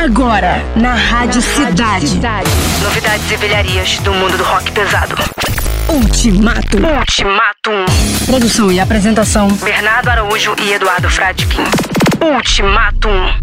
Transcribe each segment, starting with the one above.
Agora, na Rádio Cidade. Novidades e velharias do mundo do rock pesado. Ultimato. Produção e apresentação: Bernardo Araújo e Eduardo Fradkin. Ultimatum.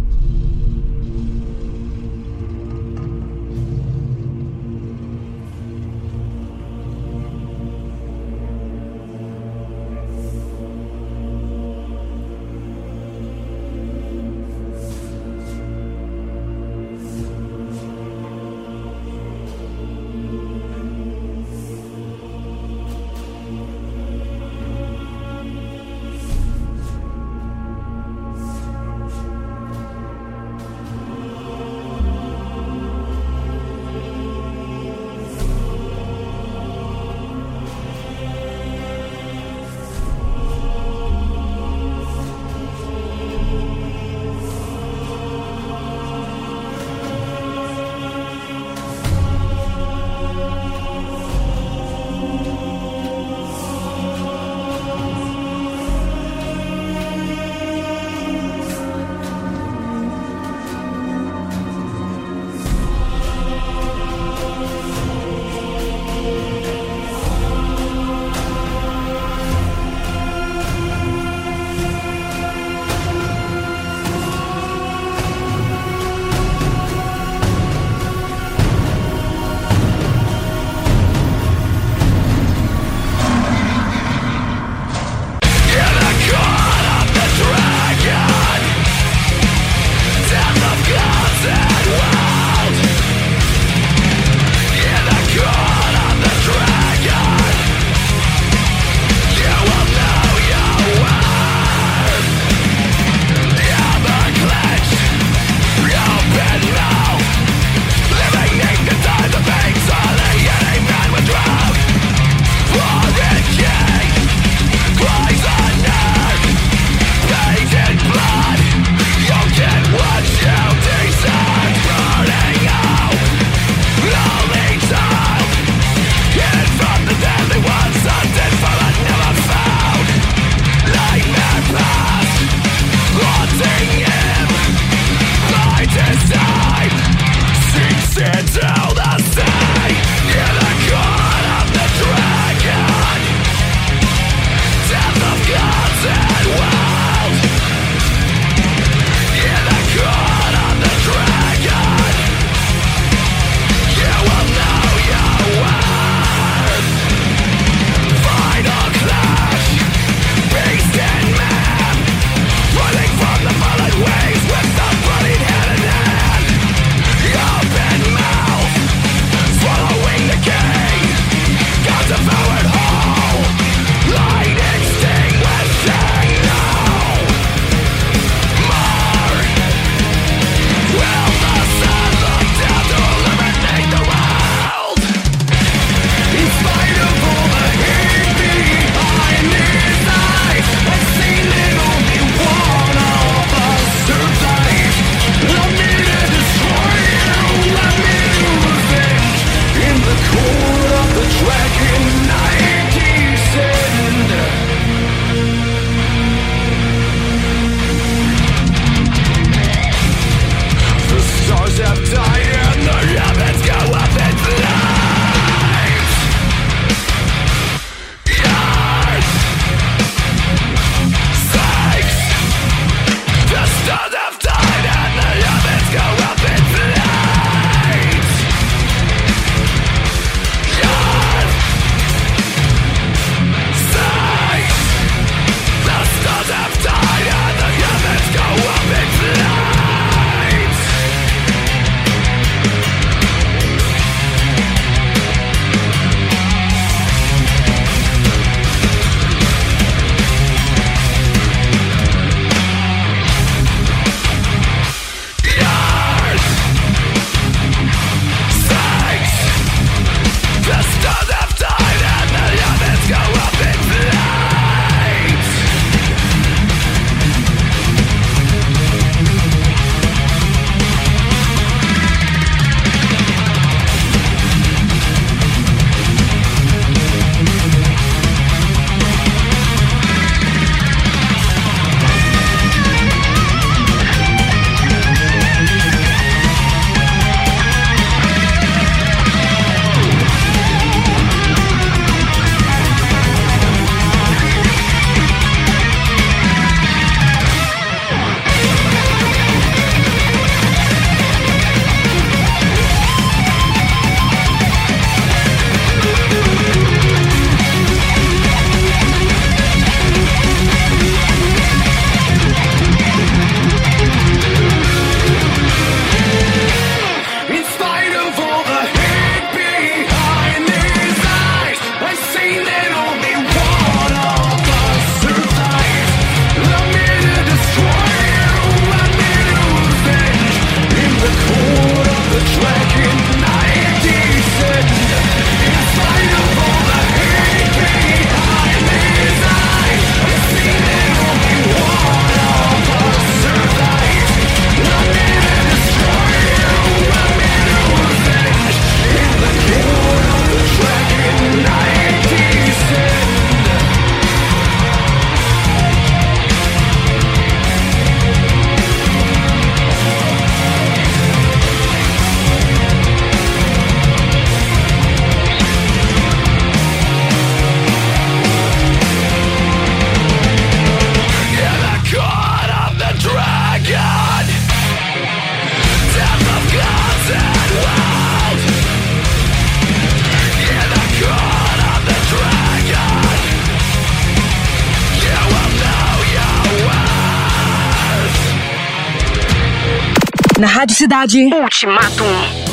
Na Rádio Cidade. Ultimatum.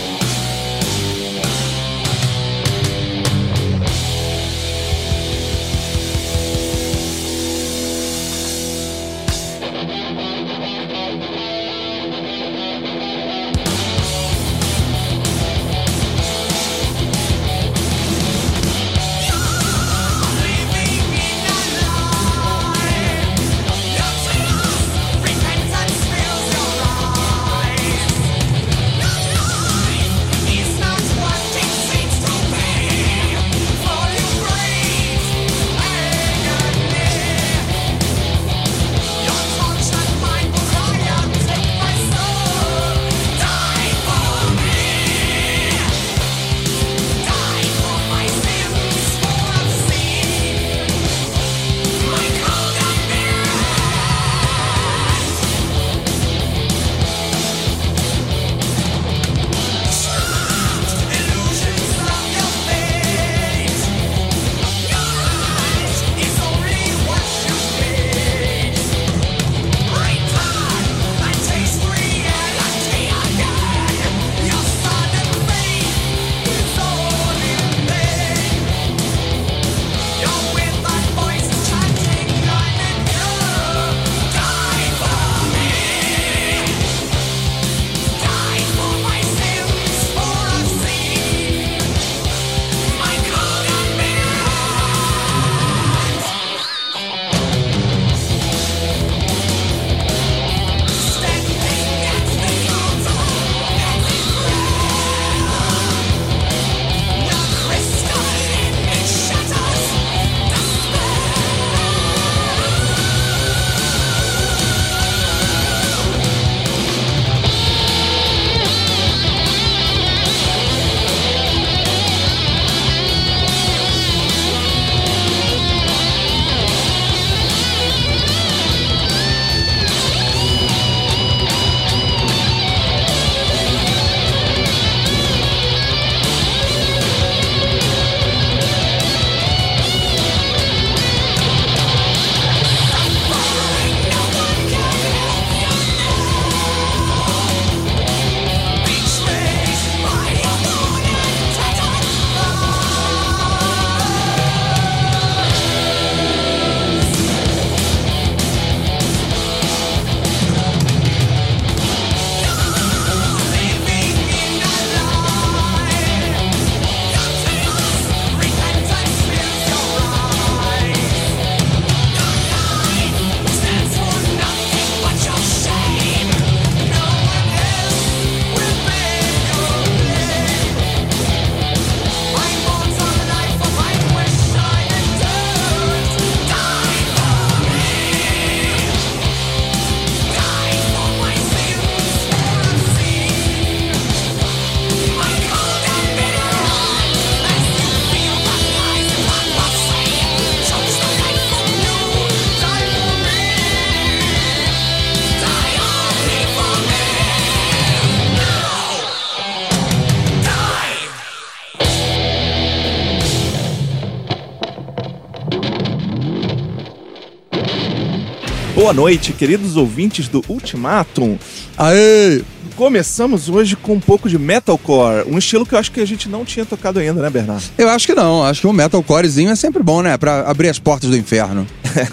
Boa noite, queridos ouvintes do Ultimatum. Aê! Começamos hoje com um pouco de metalcore, um estilo que eu acho que a gente não tinha tocado ainda, né, Bernardo? Eu acho que não, acho que um metalcorezinho é sempre bom, né? Pra abrir as portas do inferno.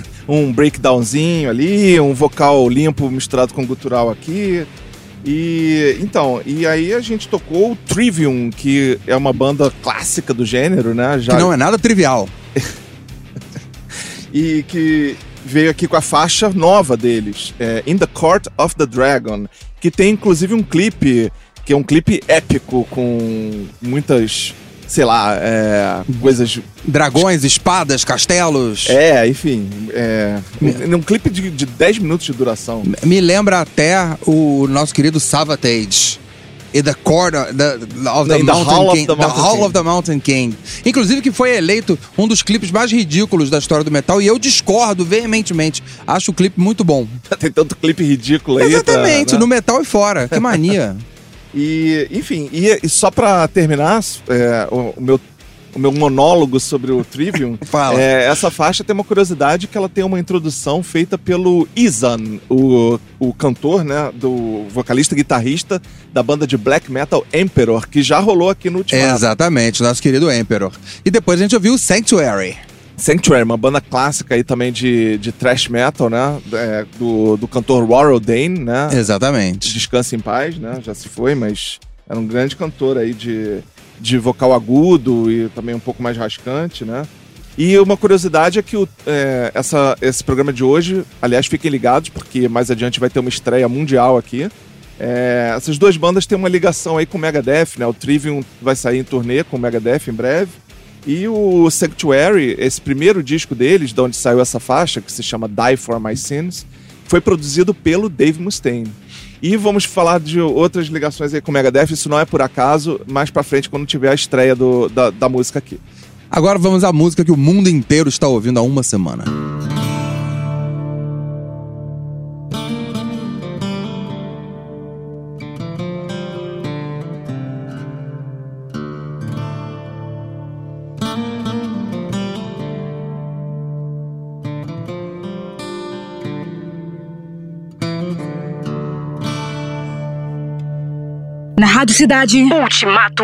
Um breakdownzinho ali, um vocal limpo misturado com gutural aqui. E aí a gente tocou o Trivium, que é uma banda clássica do gênero, né? Que não é nada trivial. E que veio aqui com a faixa nova deles, In the Court of the Dragon, que tem inclusive um clipe, que é um clipe épico com muitas, sei lá, coisas... Dragões, espadas, castelos... enfim, um clipe de 10 minutos de duração. Me lembra até o nosso querido Savatage. E The Court of the Hall of the Mountain King. Inclusive que foi eleito um dos clipes mais ridículos da história do metal. E eu discordo veementemente. Acho o clipe muito bom. Tem tanto clipe ridículo aí. Exatamente, no metal e fora. Que mania. E, enfim, e só pra terminar, o meu meu monólogo sobre o Trivium. Fala. Essa faixa tem uma curiosidade que ela tem uma introdução feita pelo Ihsahn, o cantor, né, do vocalista e guitarrista da banda de black metal Emperor, que já rolou aqui no Ultimato. Exatamente, nosso querido Emperor. E depois a gente ouviu o Sanctuary. Sanctuary, uma banda clássica aí também de thrash metal, né? Do cantor Warrell Dane, né? Exatamente. Descanse em paz, né? Já se foi, mas era um grande cantor aí de vocal agudo e também um pouco mais rascante, né? E uma curiosidade é que esse programa de hoje, aliás, fiquem ligados, porque mais adiante vai ter uma estreia mundial aqui. Essas duas bandas têm uma ligação aí com o Megadeth, né? O Trivium vai sair em turnê com o Megadeth em breve. E o Sanctuary, esse primeiro disco deles, de onde saiu essa faixa, que se chama Die For My Sins, foi produzido pelo Dave Mustaine. E vamos falar de outras ligações aí com o Megadeth, isso não é por acaso, mais pra frente quando tiver a estreia da música aqui. Agora vamos à música que o mundo inteiro está ouvindo há uma semana. Na Rádio Cidade. Ultimatum.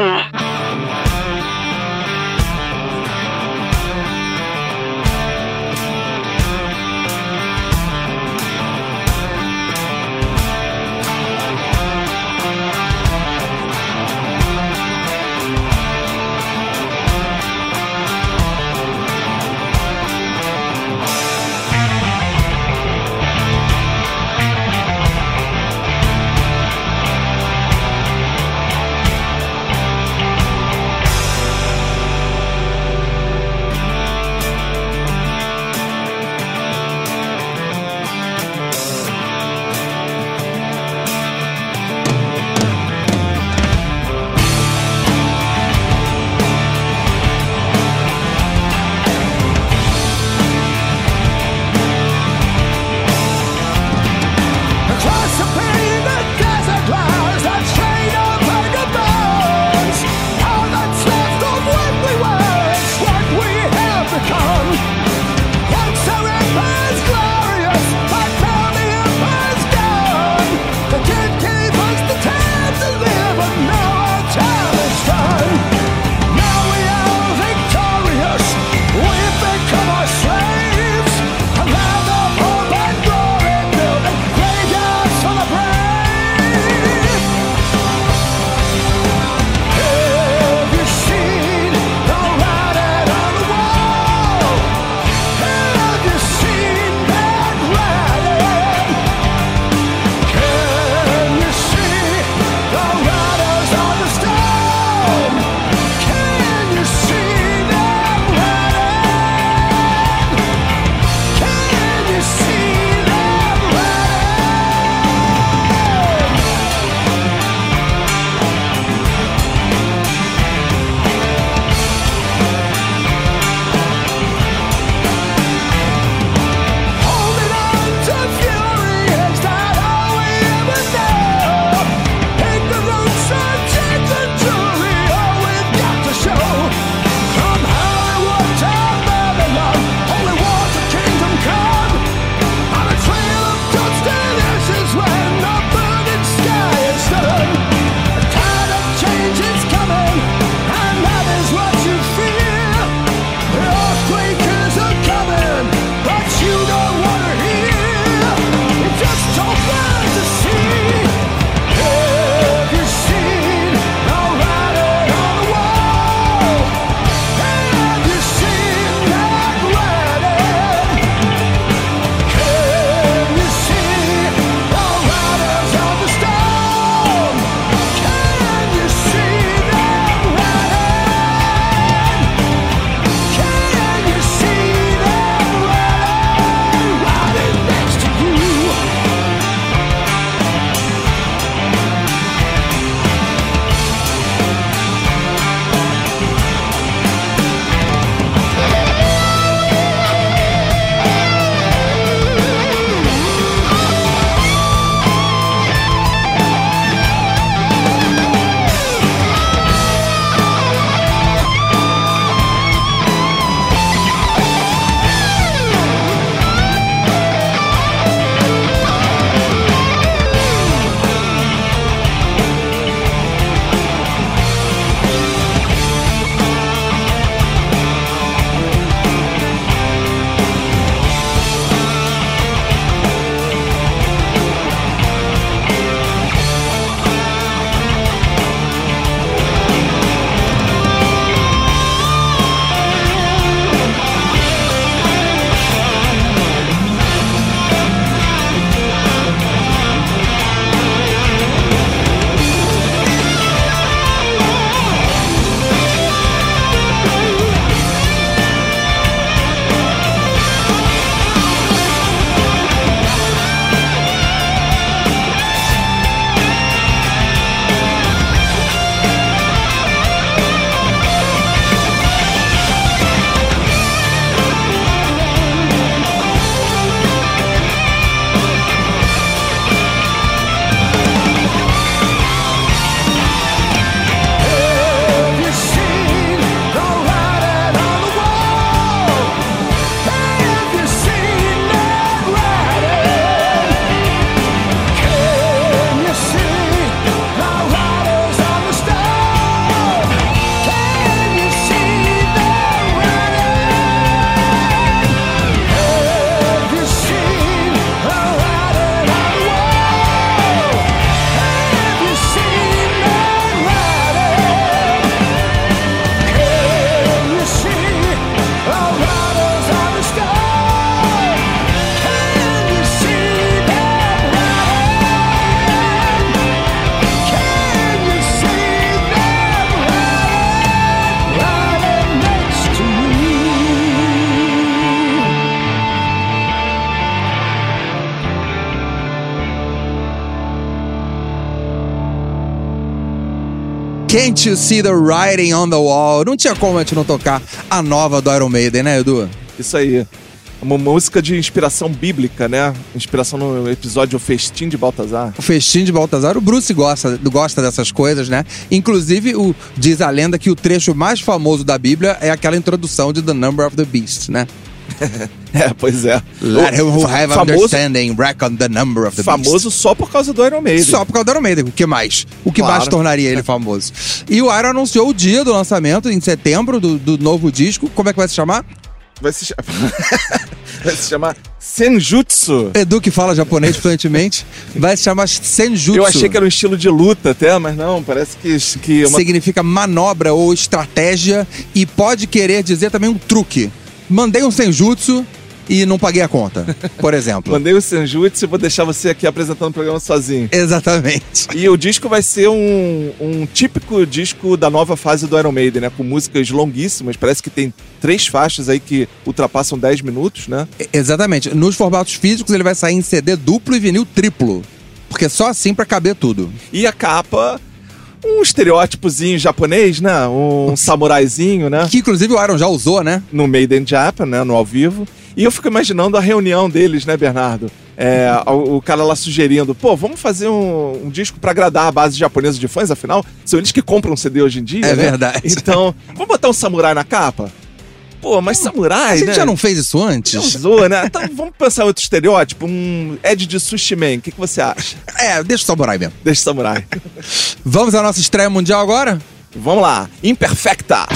Can't You See the Writing on the Wall. Não tinha como a gente não tocar a nova do Iron Maiden, né, Edu? Isso aí. Uma música de inspiração bíblica, né? Inspiração no episódio O Festim de Baltazar. O Festim de Baltazar. O Bruce gosta dessas coisas, né? Inclusive, diz a lenda que o trecho mais famoso da Bíblia é aquela introdução de The Number of the Beast, né? Pois é. Let him who have understanding reckon the number of the beast. Famoso só por causa do Iron Maiden. Só por causa do Iron Maiden. O que mais? O que mais tornaria ele famoso? E o Iron anunciou o dia do lançamento, em setembro, do novo disco. Como é que vai se chamar? Vai se chamar Senjutsu. Edu, que fala japonês fluentemente, vai se chamar Senjutsu. Eu achei que era um estilo de luta até, mas não, parece que significa manobra ou estratégia e pode querer dizer também um truque. Mandei um Senjutsu e não paguei a conta, por exemplo. Mandei um Senjutsu e vou deixar você aqui apresentando o programa sozinho. Exatamente. E o disco vai ser um típico disco da nova fase do Iron Maiden, né? Com músicas longuíssimas, parece que tem 3 faixas aí que ultrapassam 10 minutos, né? Exatamente. Nos formatos físicos ele vai sair em CD duplo e vinil triplo, porque só assim pra caber tudo. E a capa... um estereótipozinho japonês, né? Um samuraizinho, né? Que inclusive o Iron já usou, né? No Made in Japan, né? No ao vivo. E eu fico imaginando a reunião deles, né, Bernardo? O cara lá sugerindo, vamos fazer um disco pra agradar a base japonesa de fãs, afinal, são eles que compram CD hoje em dia, né? É verdade. Então, vamos botar um samurai na capa? Mas samurai, a gente né? já não fez isso antes? Já usou, né? Então vamos pensar em outro estereótipo, um Ed de Sushi Man. O que você acha? Deixa o samurai mesmo. Deixa o samurai. Vamos à nossa estreia mundial agora? Vamos lá. Imperfecta.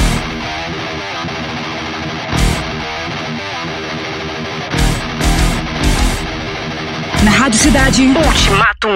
Na Rádio Cidade. Ultimatum.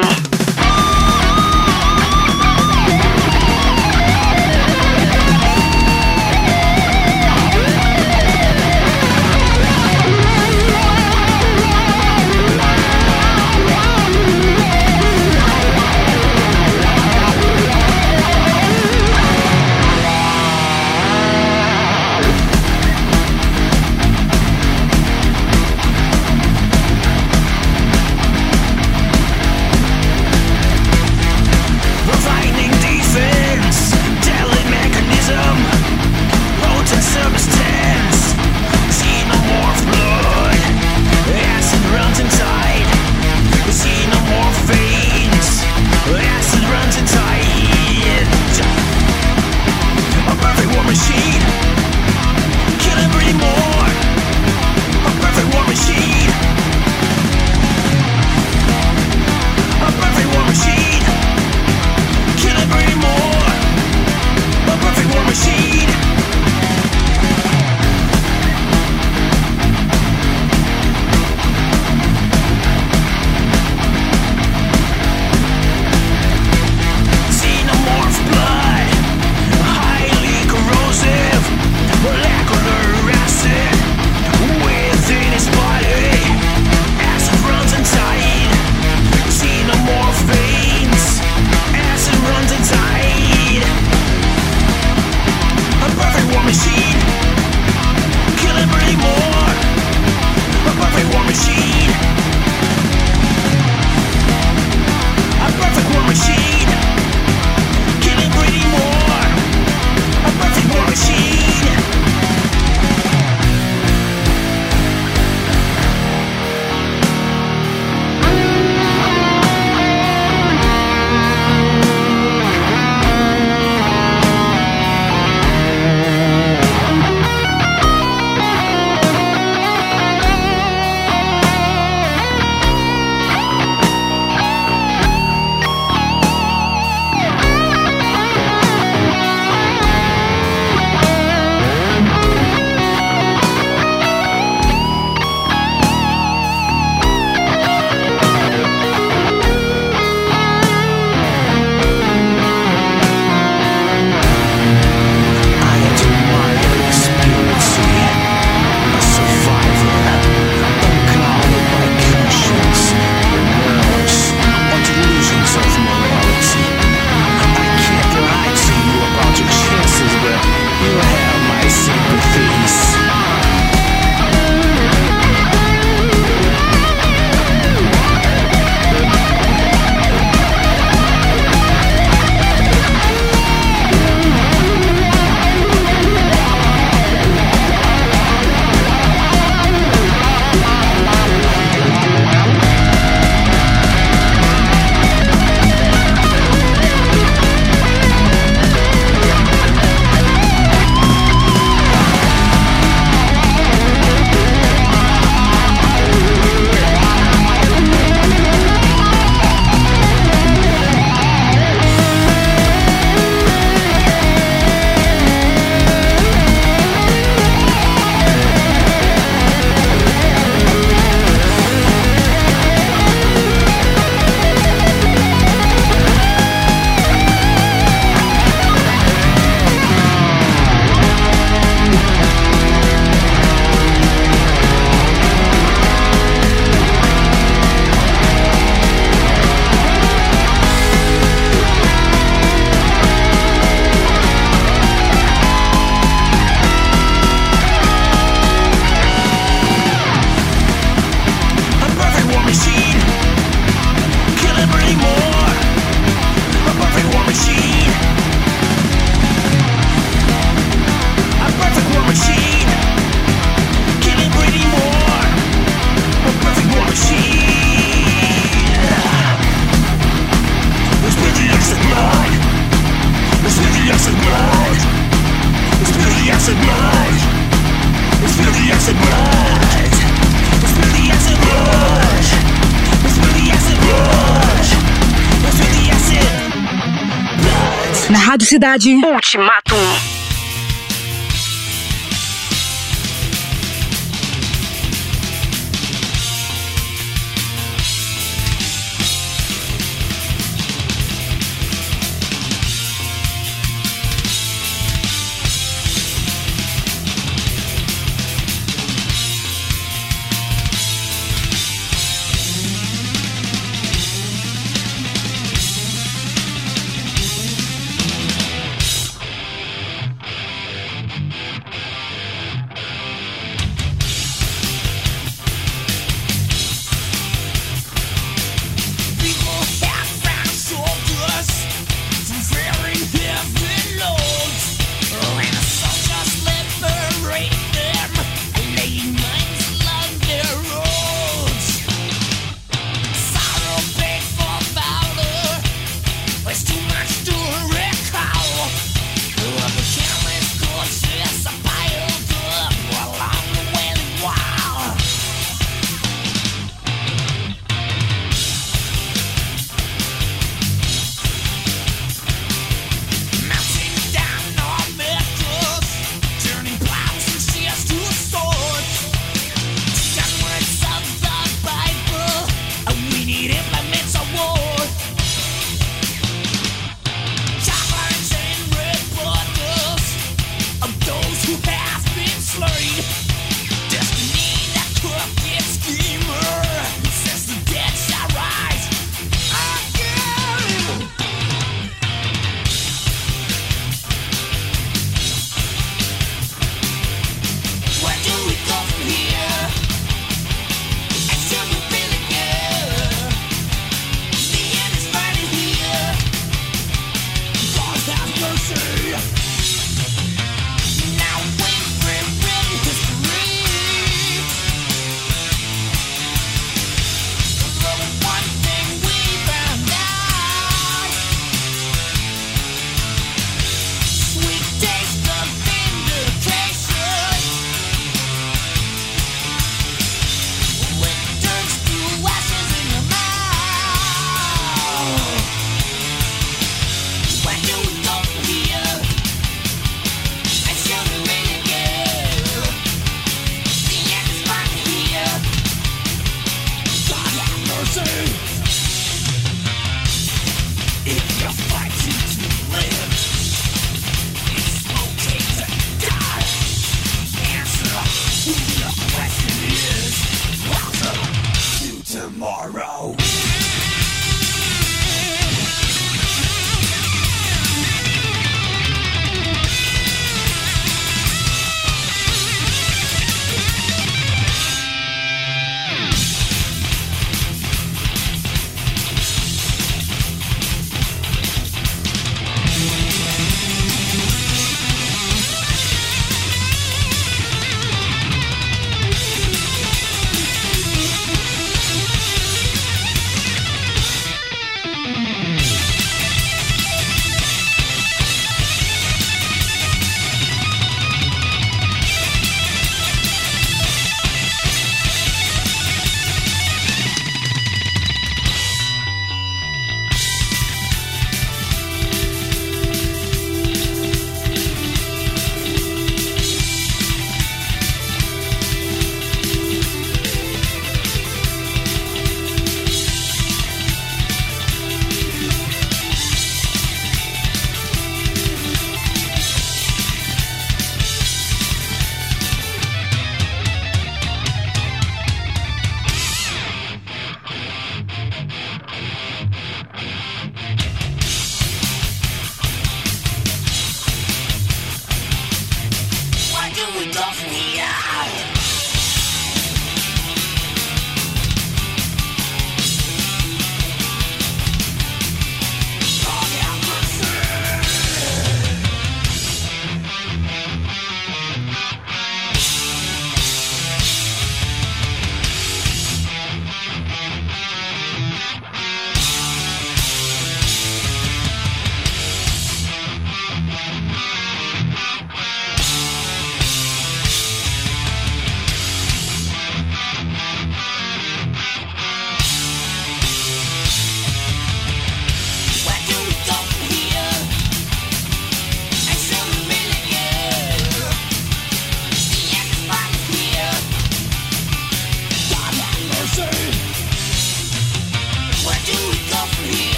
Na Rádio Cidade. Ultimatum.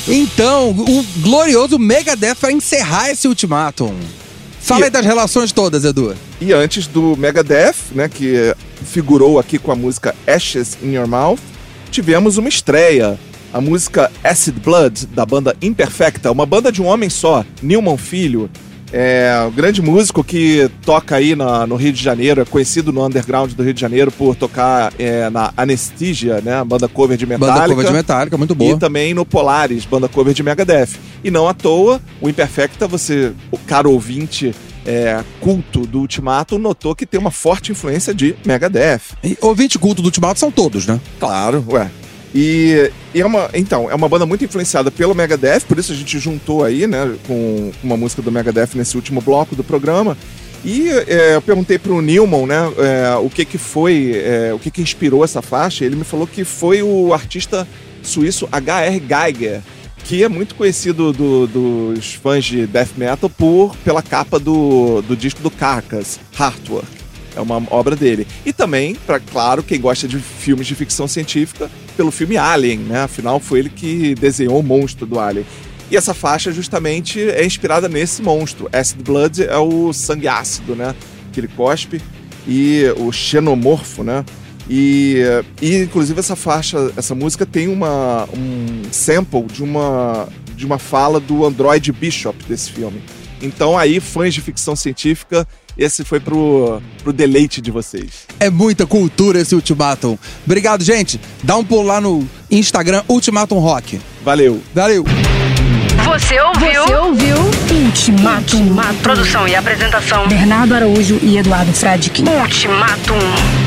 Então, o glorioso Megadeth vai encerrar esse Ultimatum. Fala aí das relações todas, Edu. E antes do Megadeth, né, que figurou aqui com a música Ashes in Your Mouth, tivemos uma estreia. A música Acid Blood, da banda Imperfecta, uma banda de um homem só, Newman Filho. Um grande músico que toca aí no Rio de Janeiro, é conhecido no underground do Rio de Janeiro por tocar na Anesthesia, né, a banda cover de Metallica. Banda cover de Metallica, muito boa. E também no Polaris, banda cover de Megadeth. E não à toa, o Imperfecta, você, o caro ouvinte culto do Ultimatum, notou que tem uma forte influência de Megadeth. E ouvinte culto do Ultimatum são todos, né? Claro, E é uma banda muito influenciada pelo Megadeth, por isso a gente juntou aí, né, com uma música do Megadeth nesse último bloco do programa. E eu perguntei pro Newman, né, o que foi, o que inspirou essa faixa. Ele me falou que foi o artista suíço H.R. Geiger, que é muito conhecido dos fãs de death metal pela capa do disco do Carcass, Heartwork. É uma obra dele. E também, claro, quem gosta de filmes de ficção científica, pelo filme Alien, né? Afinal, foi ele que desenhou o monstro do Alien. E essa faixa, justamente, é inspirada nesse monstro. Acid Blood é o sangue ácido, né? Que ele cospe. E o xenomorfo, né? E inclusive, essa música tem um sample de uma fala do Android Bishop desse filme. Então, aí, fãs de ficção científica, esse foi pro deleite de vocês. É muita cultura esse Ultimatum. Obrigado, gente. Dá um pulo lá no Instagram, Ultimatum Rock. Valeu. Você ouviu Ultimatum. Produção e apresentação: Bernardo Araújo e Eduardo Fradkin. Ultimatum.